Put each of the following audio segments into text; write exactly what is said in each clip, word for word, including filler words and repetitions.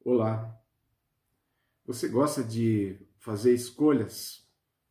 Olá, você gosta de fazer escolhas?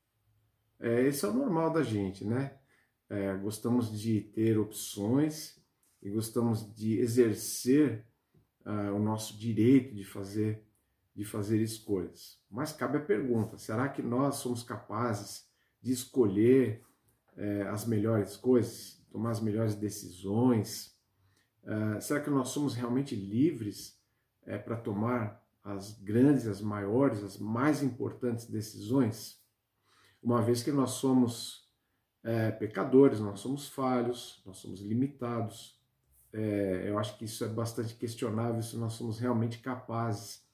É, esse é o normal da gente, né? É, gostamos de ter opções e gostamos de exercer ah, o nosso direito de fazer, de fazer escolhas. Mas cabe a pergunta, será que nós somos capazes de escolher eh, as melhores coisas, tomar as melhores decisões? Ah, será que nós somos realmente livres eh, para tomar as grandes, as maiores, as mais importantes decisões? Uma vez que nós somos é, pecadores, nós somos falhos, nós somos limitados. É, eu acho que isso é bastante questionável, se nós somos realmente capazes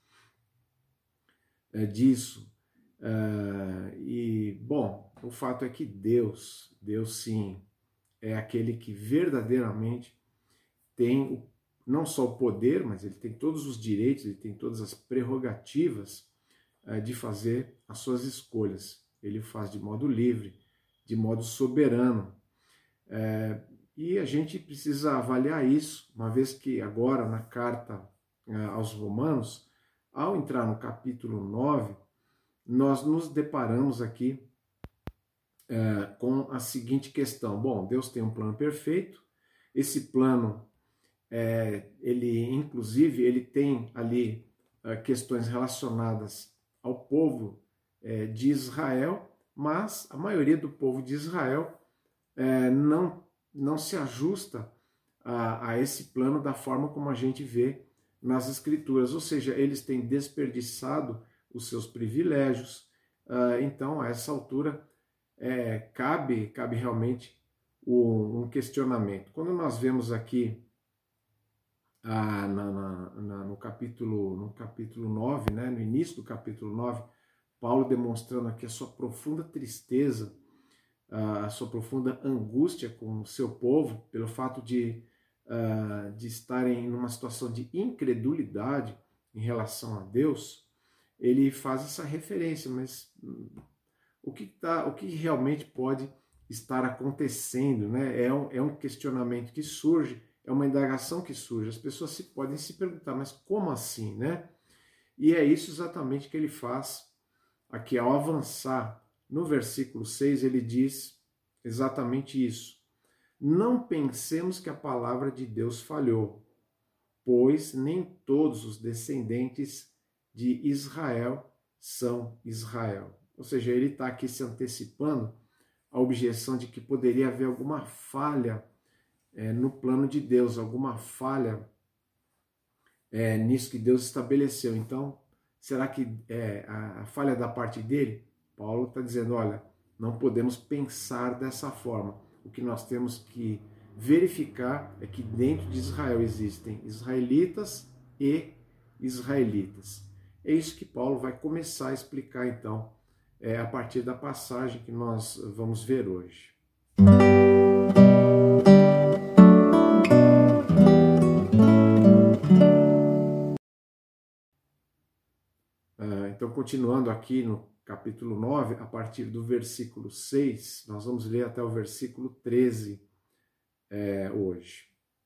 é, disso. É, e, bom, o fato é que Deus, Deus sim, é aquele que verdadeiramente tem o, não só o poder, mas ele tem todos os direitos, ele tem todas as prerrogativas é, de fazer as suas escolhas. Ele faz de modo livre, de modo soberano. É, e a gente precisa avaliar isso, uma vez que agora na carta é, aos Romanos, ao entrar no capítulo nove, nós nos deparamos aqui é, com a seguinte questão. Bom, Deus tem um plano perfeito, esse plano, é, ele inclusive, ele tem ali é, questões relacionadas ao povo é, de Israel, mas a maioria do povo de Israel é, não, não se ajusta a, a esse plano da forma como a gente vê nas Escrituras, ou seja, eles têm desperdiçado os seus privilégios. Uh, então, a essa altura, é, cabe, cabe realmente um, um questionamento. Quando nós vemos aqui ah, na, na, na, no, capítulo, no capítulo nove, né, no início do capítulo nove, Paulo demonstrando aqui a sua profunda tristeza, a sua profunda angústia com o seu povo, pelo fato de, uh, de estarem numa situação de incredulidade em relação a Deus, ele faz essa referência, mas hum, o que, tá, o que realmente pode estar acontecendo, né? É um, é um questionamento que surge, é uma indagação que surge, as pessoas se, podem se perguntar, mas como assim, né? E é isso exatamente que ele faz aqui ao avançar. No versículo seis, ele diz exatamente isso. Não pensemos que a palavra de Deus falhou, pois nem todos os descendentes de Israel são Israel. Ou seja, ele está aqui se antecipando a objeção de que poderia haver alguma falha é, no plano de Deus, alguma falha é, nisso que Deus estabeleceu. Então, será que é a, a falha da parte dele? Paulo está dizendo, olha, não podemos pensar dessa forma. O que nós temos que verificar é que dentro de Israel existem israelitas e israelitas. É isso que Paulo vai começar a explicar, então, é, a partir da passagem que nós vamos ver hoje. Então, continuando aqui no capítulo nove, a partir do versículo seis, nós vamos ler até o versículo treze é, hoje.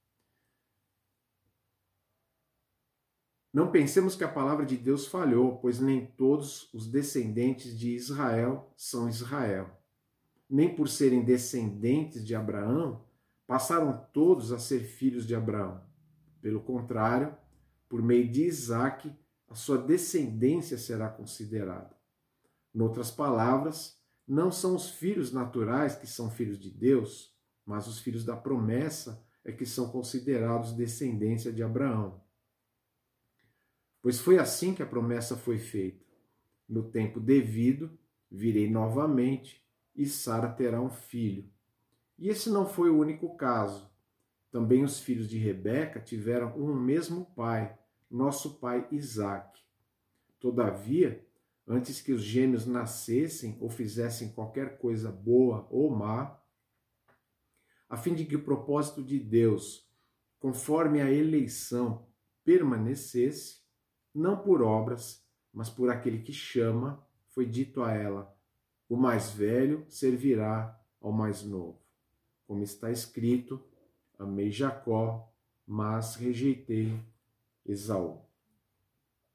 Não pensemos que a palavra de Deus falhou, pois nem todos os descendentes de Israel são Israel. Nem por serem descendentes de Abraão, passaram todos a ser filhos de Abraão. Pelo contrário, por meio de Isaque, a sua descendência será considerada. Noutras palavras, não são os filhos naturais que são filhos de Deus, mas os filhos da promessa é que são considerados descendência de Abraão. Pois foi assim que a promessa foi feita. No tempo devido, virei novamente e Sara terá um filho. E esse não foi o único caso. Também os filhos de Rebeca tiveram um mesmo pai, nosso pai Isaque. Todavia, antes que os gêmeos nascessem ou fizessem qualquer coisa boa ou má, a fim de que o propósito de Deus, conforme a eleição, permanecesse, não por obras, mas por aquele que chama, foi dito a ela, o mais velho servirá ao mais novo. Como está escrito, amei Jacó, mas rejeitei Esaú.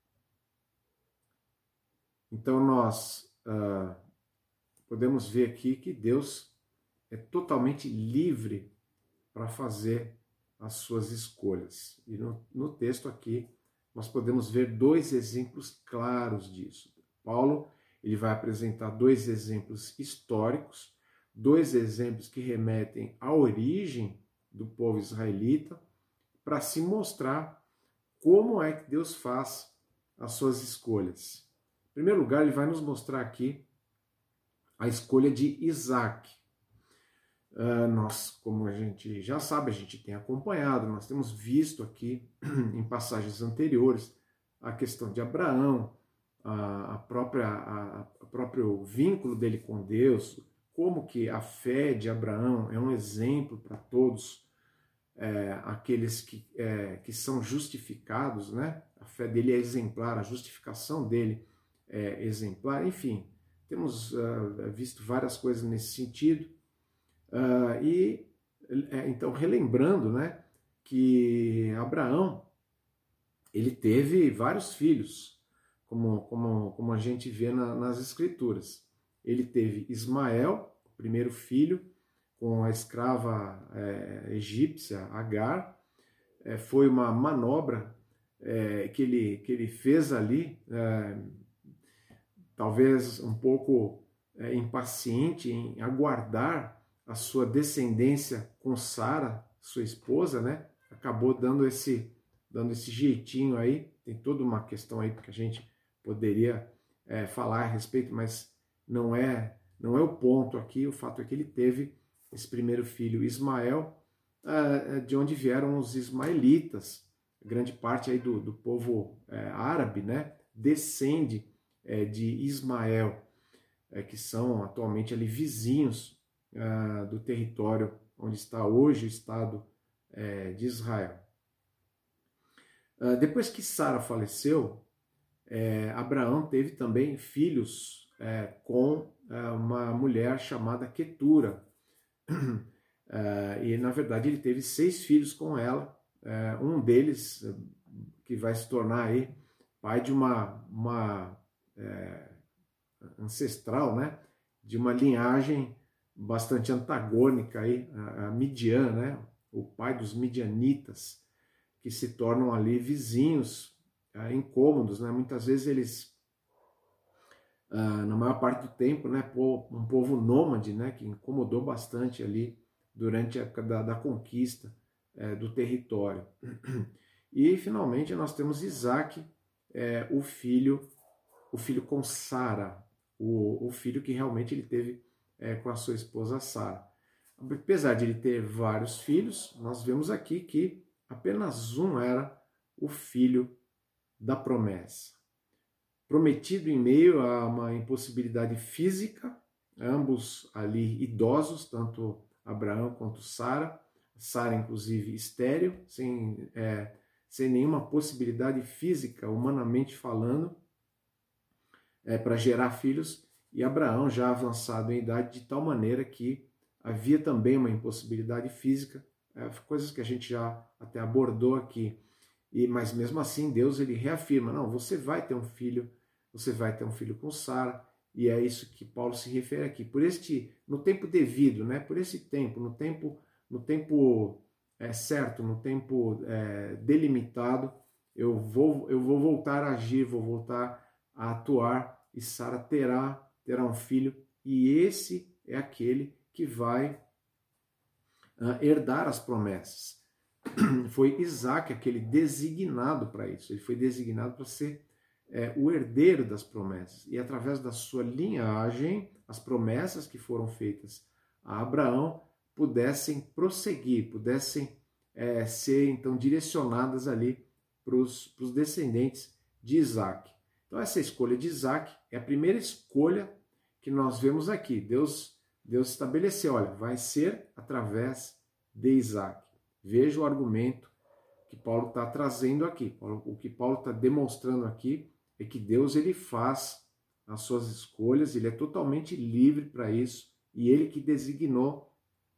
Então nós uh, podemos ver aqui que Deus é totalmente livre para fazer as suas escolhas. E no, no texto aqui nós podemos ver dois exemplos claros disso. Paulo ele vai apresentar dois exemplos históricos, dois exemplos que remetem à origem do povo israelita, para se mostrar como é que Deus faz as suas escolhas. Em primeiro lugar, ele vai nos mostrar aqui a escolha de Isaac. Uh, nós, como a gente já sabe, a gente tem acompanhado, nós temos visto aqui em passagens anteriores a questão de Abraão, a, a própria, a, a próprio vínculo dele com Deus, como que a fé de Abraão é um exemplo para todos é, aqueles que, é, que são justificados, né? A fé dele é exemplar, a justificação dele é exemplar, enfim, temos uh, visto várias coisas nesse sentido. Uh, e então, relembrando, né, que Abraão ele teve vários filhos, como, como, como a gente vê na, nas escrituras. Ele teve Ismael, o primeiro filho, com a escrava é, egípcia Agar. É, foi uma manobra é, que, ele, que ele fez ali, é, talvez um pouco é, impaciente em aguardar a sua descendência com Sara, sua esposa, né? Acabou dando esse, dando esse jeitinho aí. Tem toda uma questão aí que a gente poderia é, falar a respeito, mas não é, não é o ponto aqui. O fato é que ele teve esse primeiro filho, Ismael, uh, de onde vieram os ismaelitas. Grande parte aí do, do povo é, árabe, né? Descende é, de Ismael, é, que são atualmente ali vizinhos Uh, do território onde está hoje o Estado uh, de Israel. Uh, depois que Sara faleceu, uh, Abraão teve também filhos uh, com uh, uma mulher chamada Quetura. E, na verdade, ele teve seis filhos com ela. Uh, um deles, uh, que vai se tornar aí pai de uma, uma uh, ancestral, né? De uma linhagem bastante antagônica aí, a Midian, né? O pai dos midianitas, que se tornam ali vizinhos é, incômodos, né? Muitas vezes eles, ah, na maior parte do tempo, né, um povo nômade, né, que incomodou bastante ali durante a época da, da conquista é, do território. E finalmente nós temos Isaac, é, o filho, o filho com Sara, o, o filho que realmente ele teve É, com a sua esposa Sara. Apesar de ele ter vários filhos, nós vemos aqui que apenas um era o filho da promessa. Prometido em meio a uma impossibilidade física, ambos ali idosos, tanto Abraão quanto Sara, Sara inclusive estéril, sem, é, sem nenhuma possibilidade física, humanamente falando, é, para gerar filhos, e Abraão já avançado em idade de tal maneira que havia também uma impossibilidade física, é, coisas que a gente já até abordou aqui. E, mas mesmo assim Deus ele reafirma, não, você vai ter um filho, você vai ter um filho com Sara, e é isso que Paulo se refere aqui. Por este, no tempo devido, né? Por esse tempo, no tempo, no tempo é, certo, no tempo é, delimitado, eu vou, eu vou voltar a agir, vou voltar a atuar, e Sara terá terá um filho, e esse é aquele que vai uh, herdar as promessas. Foi Isaac aquele designado para isso, ele foi designado para ser é, o herdeiro das promessas, e através da sua linhagem, as promessas que foram feitas a Abraão pudessem prosseguir, pudessem é, ser então direcionadas ali para os descendentes de Isaac. Então essa escolha de Isaac é a primeira escolha que nós vemos aqui. Deus, Deus estabeleceu, olha, vai ser através de Isaac. Veja o argumento que Paulo está trazendo aqui. O que Paulo está demonstrando aqui é que Deus ele faz as suas escolhas, ele é totalmente livre para isso, e ele que designou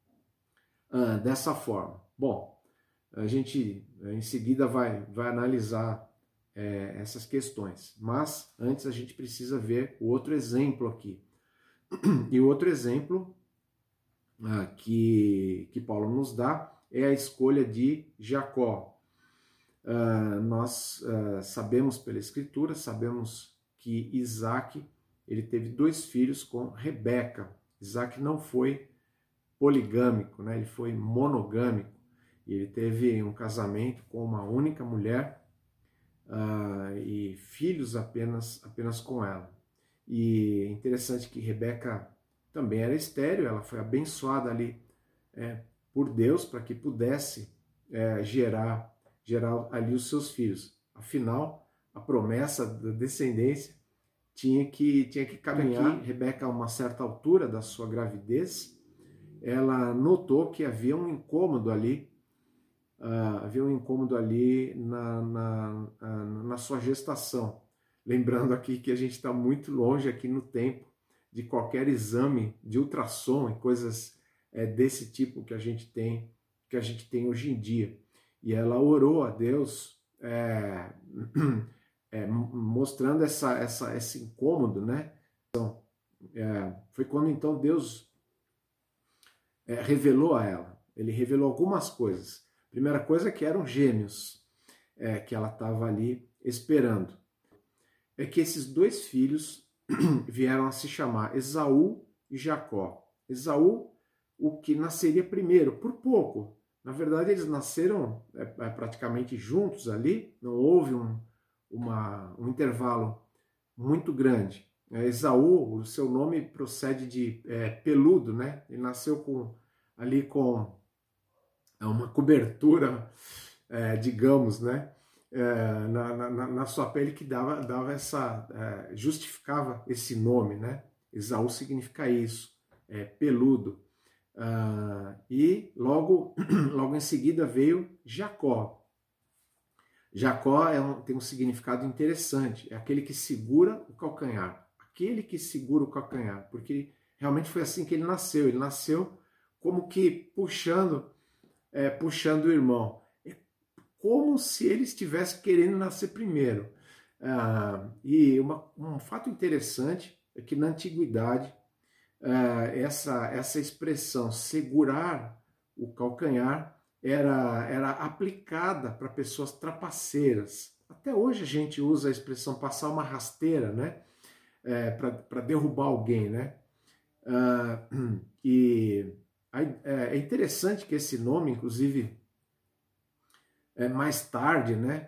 uh, dessa forma. Bom, a gente em seguida vai, vai analisar é, essas questões. Mas antes a gente precisa ver o outro exemplo aqui. E o outro exemplo ah, que, que Paulo nos dá é a escolha de Jacó. Uh, nós uh, sabemos pela Escritura, sabemos que Isaac ele teve dois filhos com Rebeca. Isaac não foi poligâmico, né? Ele foi monogâmico. Ele teve um casamento com uma única mulher uh, e filhos apenas, apenas com ela. E é interessante que Rebeca também era estéril, ela foi abençoada ali é, por Deus para que pudesse é, gerar gerar ali os seus filhos. Afinal, a promessa da descendência tinha que, tinha que caminhar. Aqui, Rebeca, a uma certa altura da sua gravidez, ela notou que havia um incômodo ali, uh, havia um incômodo ali na, na, uh, na sua gestação. Lembrando aqui que a gente está muito longe aqui no tempo de qualquer exame de ultrassom e coisas é, desse tipo que a gente tem, que a gente tem hoje em dia. E ela orou a Deus, é, é, mostrando essa, essa, esse incômodo, né? Então, é, foi quando então Deus é, revelou a ela. Ele revelou algumas coisas. Primeira coisa é que eram gêmeos, é, que ela estava ali esperando. É que esses dois filhos vieram a se chamar Esaú e Jacó. Esaú, o que nasceria primeiro, por pouco. Na verdade, eles nasceram é, é, praticamente juntos ali, não houve um, uma, um intervalo muito grande. É, Esaú, o seu nome procede de é, peludo, né? Ele nasceu com, ali com uma cobertura, é, digamos, né? É, na, na, na sua pele que dava, dava essa, é, justificava esse nome, né? Esaú significa isso, é, peludo. Uh, e logo, logo em seguida veio Jacó. Jacó é um, tem um significado interessante, é aquele que segura o calcanhar, aquele que segura o calcanhar, porque realmente foi assim que ele nasceu, ele nasceu como que puxando, é, puxando o irmão, é como se ele estivesse querendo nascer primeiro. Uh, e uma, um fato interessante é que na antiguidade, Uh, essa, essa expressão segurar o calcanhar era, era aplicada para pessoas trapaceiras. Até hoje a gente usa a expressão passar uma rasteira, né? É, para derrubar alguém, né? Uh, e é interessante que esse nome, inclusive, é, mais tarde, né?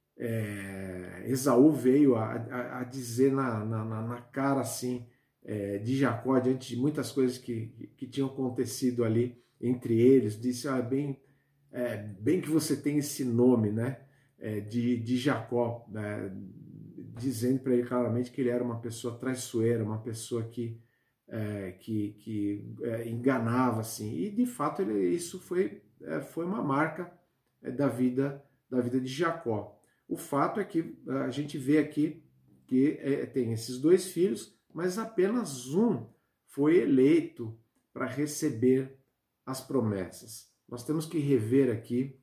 É, Esaú veio a, a, a dizer na, na, na cara assim, É, de Jacó, diante de muitas coisas que, que tinham acontecido ali entre eles, disse, ah, bem, é, bem que você tem esse nome, né, é, de, de Jacó, né, dizendo para ele claramente que ele era uma pessoa traiçoeira, uma pessoa que, é, que, que é, enganava, assim, e de fato ele, isso foi, é, foi uma marca é, da, vida, da vida de Jacó. O fato é que a gente vê aqui que é, tem esses dois filhos, mas apenas um foi eleito para receber as promessas. Nós temos que rever aqui,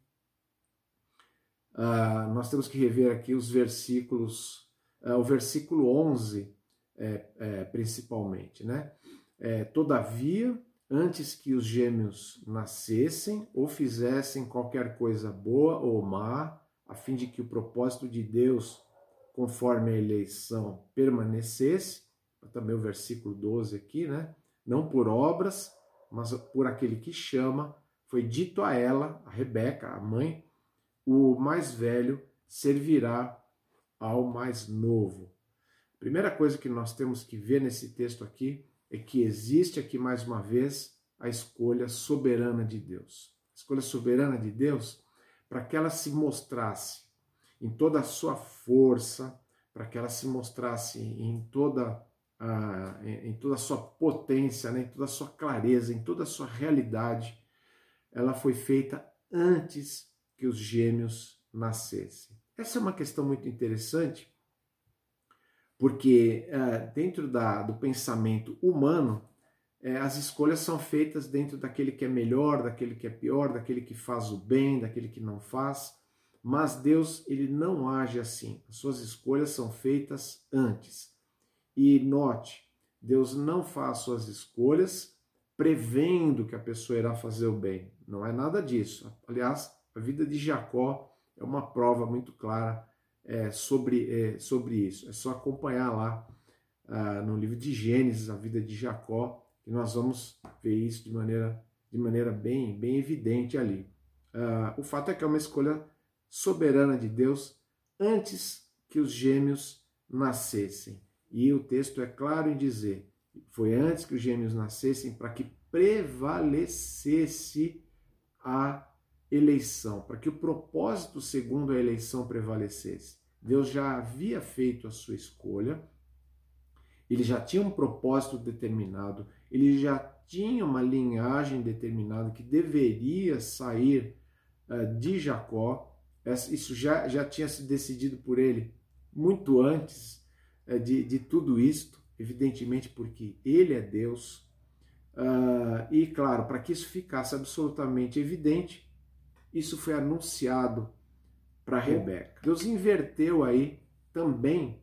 uh, nós temos que rever aqui os versículos, uh, o versículo onze, é, é, principalmente, né? É, Todavia, antes que os gêmeos nascessem ou fizessem qualquer coisa boa ou má, a fim de que o propósito de Deus, conforme a eleição, permanecesse, também o versículo doze aqui, né? Não por obras, mas por aquele que chama, foi dito a ela, a Rebeca, a mãe, o mais velho servirá ao mais novo. Primeira coisa que nós temos que ver nesse texto aqui é que existe aqui mais uma vez a escolha soberana de Deus. A escolha soberana de Deus para que ela se mostrasse em toda a sua força, para que ela se mostrasse em toda Ah, em toda a sua potência, né, em toda a sua clareza, em toda a sua realidade, ela foi feita antes que os gêmeos nascessem. Essa é uma questão muito interessante, porque uh, dentro da, do pensamento humano, uh, as escolhas são feitas dentro daquele que é melhor, daquele que é pior, daquele que faz o bem, daquele que não faz, Mas Deus, ele não age assim. As suas escolhas são feitas antes. E note, Deus não faz suas escolhas prevendo que a pessoa irá fazer o bem. Não é nada disso. Aliás, a vida de Jacó é uma prova muito clara é, sobre, é, sobre isso. É só acompanhar lá ah, no livro de Gênesis, a vida de Jacó, que nós vamos ver isso de maneira, de maneira bem, bem evidente ali. Ah, o fato é que é uma escolha soberana de Deus antes que os gêmeos nascessem. E o texto é claro em dizer, foi antes que os gêmeos nascessem para que prevalecesse a eleição, para que o propósito segundo a eleição prevalecesse. Deus já havia feito a sua escolha, ele já tinha um propósito determinado, ele já tinha uma linhagem determinada que deveria sair uh, de Jacó. Isso já, já tinha sido decidido por ele muito antes uh, de, de tudo isto, evidentemente porque ele é Deus. Uh, e claro, para que isso ficasse absolutamente evidente, isso foi anunciado para Rebeca. Deus inverteu aí também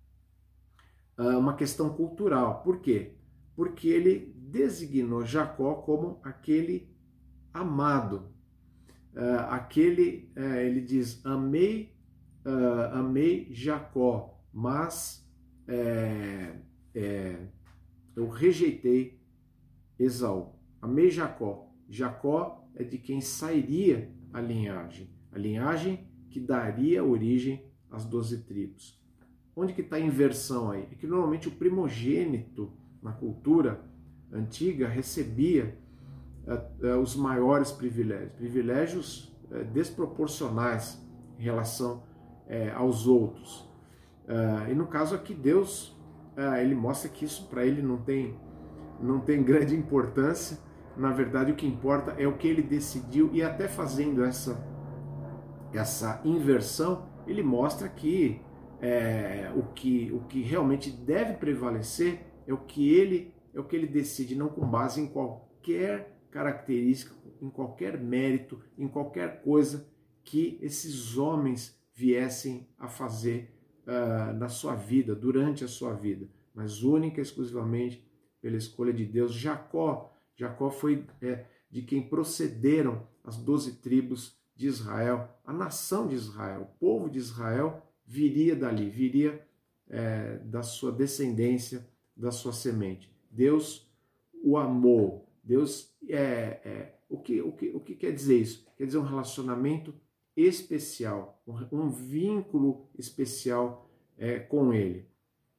uh, uma questão cultural. Por quê? Porque ele designou Jacó como aquele amado. Uh, aquele, uh, ele diz, amei, uh, amei Jacó, mas é, é, eu rejeitei Esaú. Amei Jacó. Jacó é de quem sairia a linhagem, a linhagem que daria origem às doze tribos. Onde que está a inversão aí? É que normalmente o primogênito na cultura antiga recebia uh, uh, os maiores privilégios, privilégios uh, desproporcionais em relação uh, aos outros. Uh, e no caso aqui Deus, uh, ele mostra que isso para ele não tem, não tem grande importância. Na verdade, o que importa é o que ele decidiu, e até fazendo essa, essa inversão, ele mostra que, é, o que o que realmente deve prevalecer é o que ele é o que ele decide, não com base em qualquer característica, em qualquer mérito, em qualquer coisa que esses homens viessem a fazer uh, na sua vida, durante a sua vida, mas única e exclusivamente pela escolha de Deus. Jacó Jacó foi é, de quem procederam as doze tribos de Israel, a nação de Israel, o povo de Israel viria dali, viria é, da sua descendência, da sua semente. Deus o amou. Deus é, é o que, o que, o que quer dizer isso? Quer dizer um relacionamento especial, um, um vínculo especial é, com ele.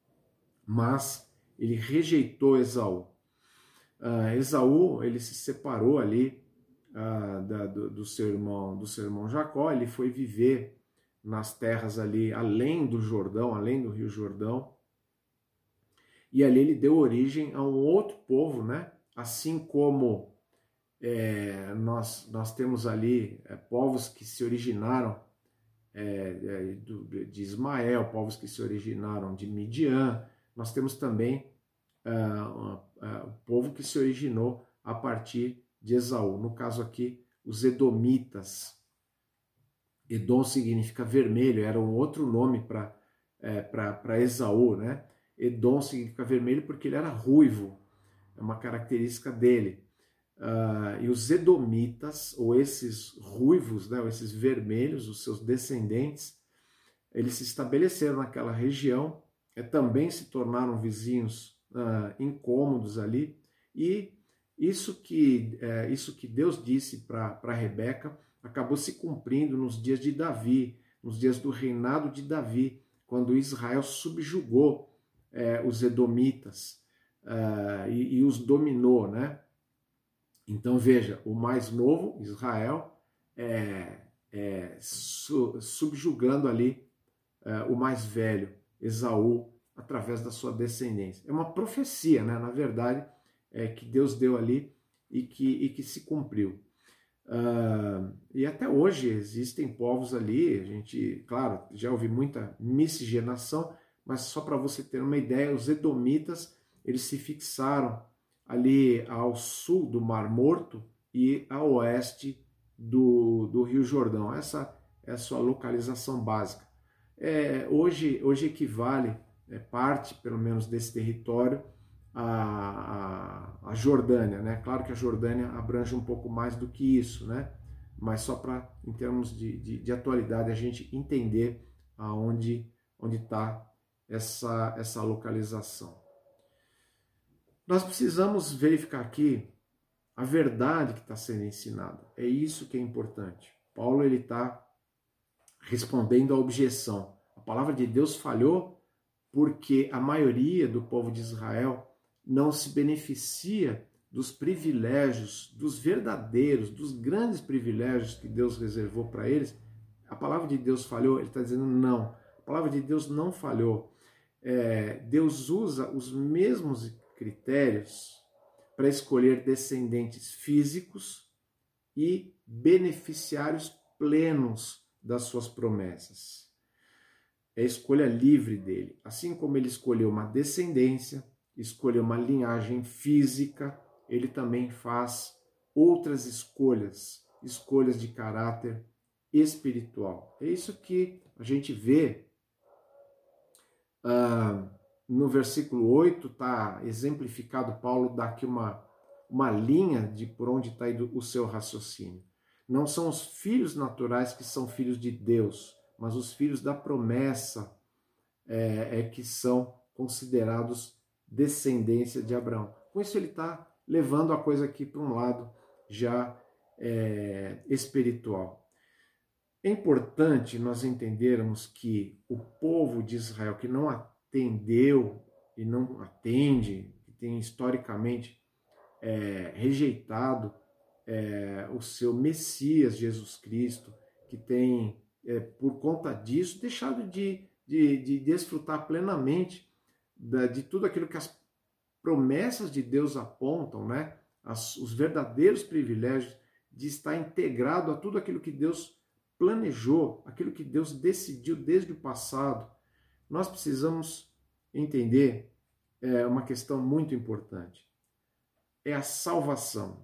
Mas ele rejeitou Esaú. Uh, Esaú, ele se separou ali uh, da, do, do, seu irmão, do seu irmão Jacó, ele foi viver nas terras ali além do Jordão, além do Rio Jordão, e ali ele deu origem a um outro povo, né? Assim como é, nós, nós temos ali é, povos que se originaram é, é, do, de Ismael, povos que se originaram de Midian, nós temos também Uh, uh, uh, o povo que se originou a partir de Esaú. No caso aqui, os Edomitas. Edom significa vermelho, era um outro nome para é, para Esaú, né? Edom significa vermelho porque ele era ruivo, é uma característica dele. Uh, e os Edomitas, ou esses ruivos, né, ou esses vermelhos, os seus descendentes, eles se estabeleceram naquela região, é, também se tornaram vizinhos Uh, incômodos ali, e isso que, é, isso que Deus disse para Rebeca acabou se cumprindo nos dias de Davi, nos dias do reinado de Davi, quando Israel subjugou é, os Edomitas uh, e, e os dominou, né? Então veja, o mais novo, Israel, é, é, su, subjugando ali é, o mais velho, Esaú, através da sua descendência. É uma profecia, né? Na verdade, é, que Deus deu ali e que, e que se cumpriu. Uh, e até hoje existem povos ali, a gente, claro, já ouvi muita miscigenação, mas só para você ter uma ideia, os Edomitas, eles se fixaram ali ao sul do Mar Morto e a oeste do, do Rio Jordão. Essa, é a sua localização básica. É, hoje, hoje equivale, é, parte pelo menos desse território, a, a, a Jordânia, né? Claro que a Jordânia abrange um pouco mais do que isso, né? Mas só para, em termos de, de, de atualidade, a gente entender aonde onde está essa, essa localização. Nós precisamos verificar aqui a verdade que está sendo ensinada. É isso que é importante. Paulo ele está respondendo à objeção. A palavra de Deus falhou porque a maioria do povo de Israel não se beneficia dos privilégios, dos verdadeiros, dos grandes privilégios que Deus reservou para eles. A palavra de Deus falhou? Ele está dizendo não. A palavra de Deus não falhou. É, Deus usa os mesmos critérios para escolher descendentes físicos e beneficiários plenos das suas promessas. É a escolha livre dele. Assim como ele escolheu uma descendência, escolheu uma linhagem física, ele também faz outras escolhas, escolhas de caráter espiritual. É isso que a gente vê ah, no versículo oito, está exemplificado. Paulo dá aqui uma, uma linha de por onde está indo o seu raciocínio. Não são os filhos naturais que são filhos de Deus, mas os filhos da promessa é, é que são considerados descendência de Abraão. Com isso ele está levando a coisa aqui para um lado já é, espiritual. É importante nós entendermos que o povo de Israel que não atendeu e não atende, que tem historicamente é, rejeitado é, o seu Messias Jesus Cristo, que tem, é, por conta disso, deixado de, de, de desfrutar plenamente da, de tudo aquilo que as promessas de Deus apontam, né? As, os verdadeiros privilégios de estar integrado a tudo aquilo que Deus planejou, aquilo que Deus decidiu desde o passado. Nós precisamos entender é, uma questão muito importante. É a salvação.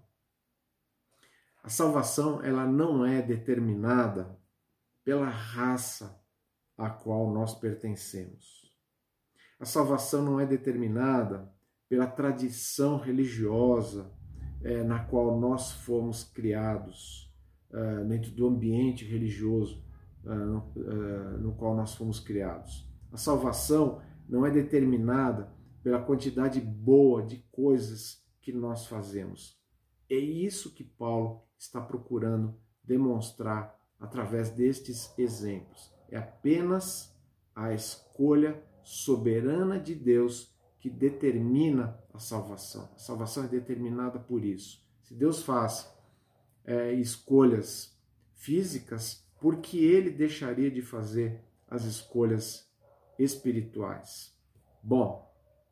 A salvação ela não é determinada pela raça a qual nós pertencemos. A salvação não é determinada pela tradição religiosa é, na qual nós fomos criados, é, dentro do ambiente religioso é, no, é, no qual nós fomos criados. A salvação não é determinada pela quantidade boa de coisas que nós fazemos. É isso que Paulo está procurando demonstrar através destes exemplos. É apenas a escolha soberana de Deus que determina a salvação. A salvação é determinada por isso. Se Deus faz é, escolhas físicas, por que ele deixaria de fazer as escolhas espirituais? Bom,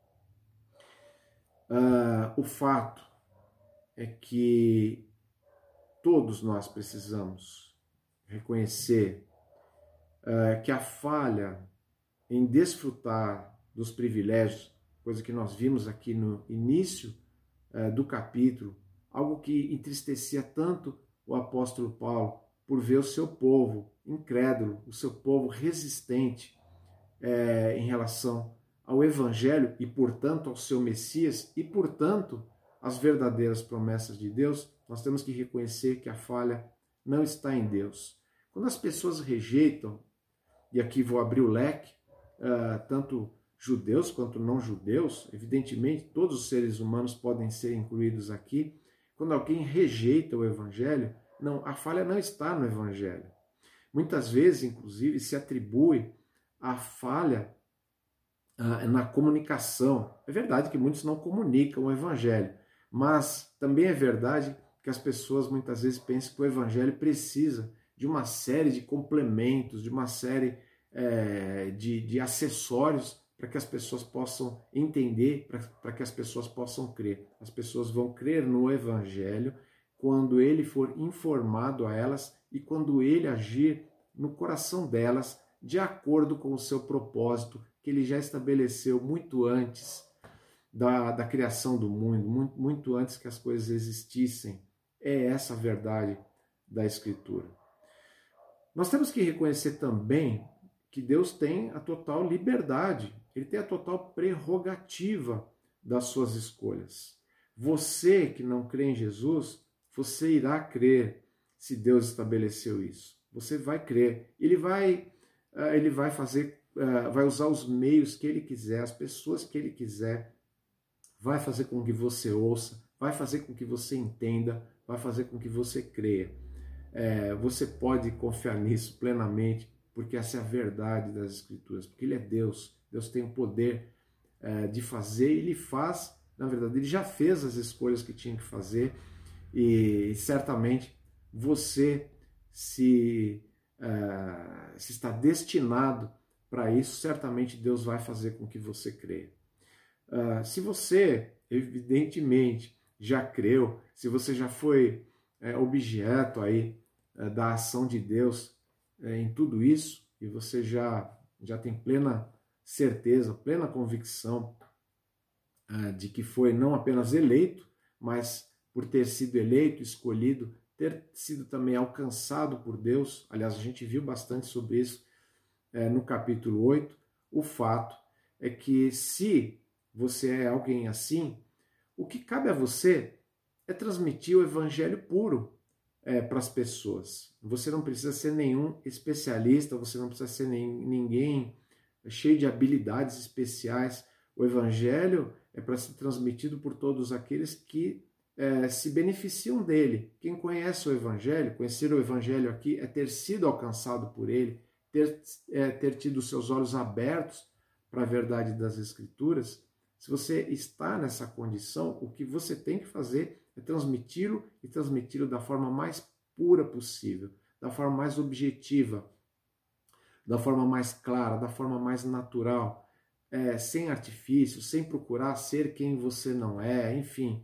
uh, o fato é que todos nós precisamos reconhecer uh, que a falha em desfrutar dos privilégios, coisa que nós vimos aqui no início uh, do capítulo, algo que entristecia tanto o apóstolo Paulo por ver o seu povo incrédulo, o seu povo resistente é, em relação ao Evangelho e, portanto, ao seu Messias e, portanto, às verdadeiras promessas de Deus. Nós temos que reconhecer que a falha não está em Deus. Quando as pessoas rejeitam, e aqui vou abrir o leque, uh, tanto judeus quanto não judeus, evidentemente todos os seres humanos podem ser incluídos aqui. Quando alguém rejeita o Evangelho, não, a falha não está no Evangelho. Muitas vezes, inclusive, se atribui a falha ah, na comunicação. É verdade que muitos não comunicam o Evangelho, mas também é verdade que as pessoas muitas vezes pensam que o Evangelho precisa de uma série de complementos, de uma série é, de, de acessórios para que as pessoas possam entender, para que as pessoas possam crer. As pessoas vão crer no Evangelho quando ele for informado a elas e quando ele agir no coração delas de acordo com o seu propósito que ele já estabeleceu muito antes da, da criação do mundo, muito, muito antes que as coisas existissem. É essa a verdade da Escritura. Nós temos que reconhecer também que Deus tem a total liberdade, Ele tem a total prerrogativa das suas escolhas. Você que não crê em Jesus, você irá crer se Deus estabeleceu isso. Você vai crer. Ele vai, ele vai fazer, vai usar os meios que Ele quiser, as pessoas que Ele quiser, vai fazer com que você ouça, vai fazer com que você entenda, vai fazer com que você creia. É, você pode confiar nisso plenamente, porque essa é a verdade das Escrituras, porque Ele é Deus, Deus tem o poder é, de fazer, e Ele faz, na verdade, Ele já fez as escolhas que tinha que fazer, e, e certamente você se, é, se está destinado para isso, certamente Deus vai fazer com que você creia. Uh, se você, evidentemente, já creu, se você já foi é, objeto aí é, da ação de Deus é, em tudo isso, e você já, já tem plena certeza, plena convicção é, de que foi não apenas eleito, mas por ter sido eleito, escolhido, ter sido também alcançado por Deus. Aliás, a gente viu bastante sobre isso é, no capítulo oito. O fato é que se você é alguém assim, o que cabe a você é transmitir o evangelho puro é, para as pessoas. Você não precisa ser nenhum especialista, você não precisa ser nem, ninguém cheio de habilidades especiais. O evangelho é para ser transmitido por todos aqueles que é, se beneficiam dele. Quem conhece o evangelho, conhecer o evangelho aqui é ter sido alcançado por ele, ter, é, ter tido seus olhos abertos para a verdade das Escrituras. Se você está nessa condição, o que você tem que fazer é transmiti-lo e transmiti-lo da forma mais pura possível, da forma mais objetiva, da forma mais clara, da forma mais natural, é, sem artifício, sem procurar ser quem você não é, enfim.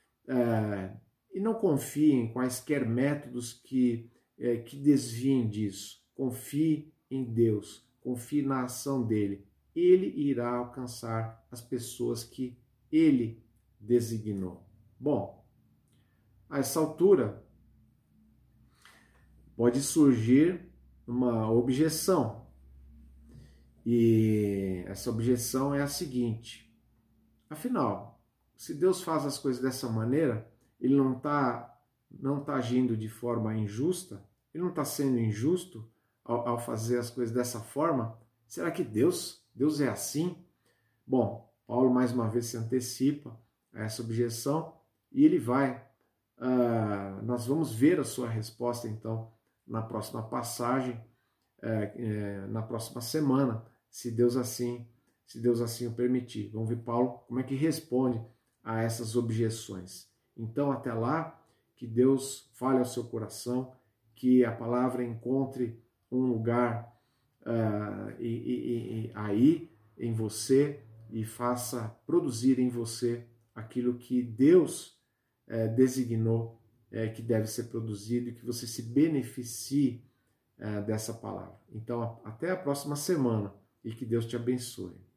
É, e não confie em quaisquer métodos que, é, que desviem disso. Confie em Deus, confie na ação dele. Ele irá alcançar as pessoas que ele designou. Bom, a essa altura pode surgir uma objeção. E essa objeção é a seguinte: afinal, se Deus faz as coisas dessa maneira, ele não está não tá agindo de forma injusta? Ele não está sendo injusto ao, ao fazer as coisas dessa forma? Será que Deus... Deus é assim? Bom, Paulo mais uma vez se antecipa a essa objeção e ele vai, uh, nós vamos ver a sua resposta então na próxima passagem, é, é, na próxima semana, se Deus assim, se Deus assim o permitir. Vamos ver Paulo como é que responde a essas objeções. Então até lá, que Deus fale ao seu coração, que a palavra encontre um lugar Uh, e, e, e aí em você e faça produzir em você aquilo que Deus eh, designou eh, que deve ser produzido e que você se beneficie eh, dessa palavra. Então, até a próxima semana e que Deus te abençoe.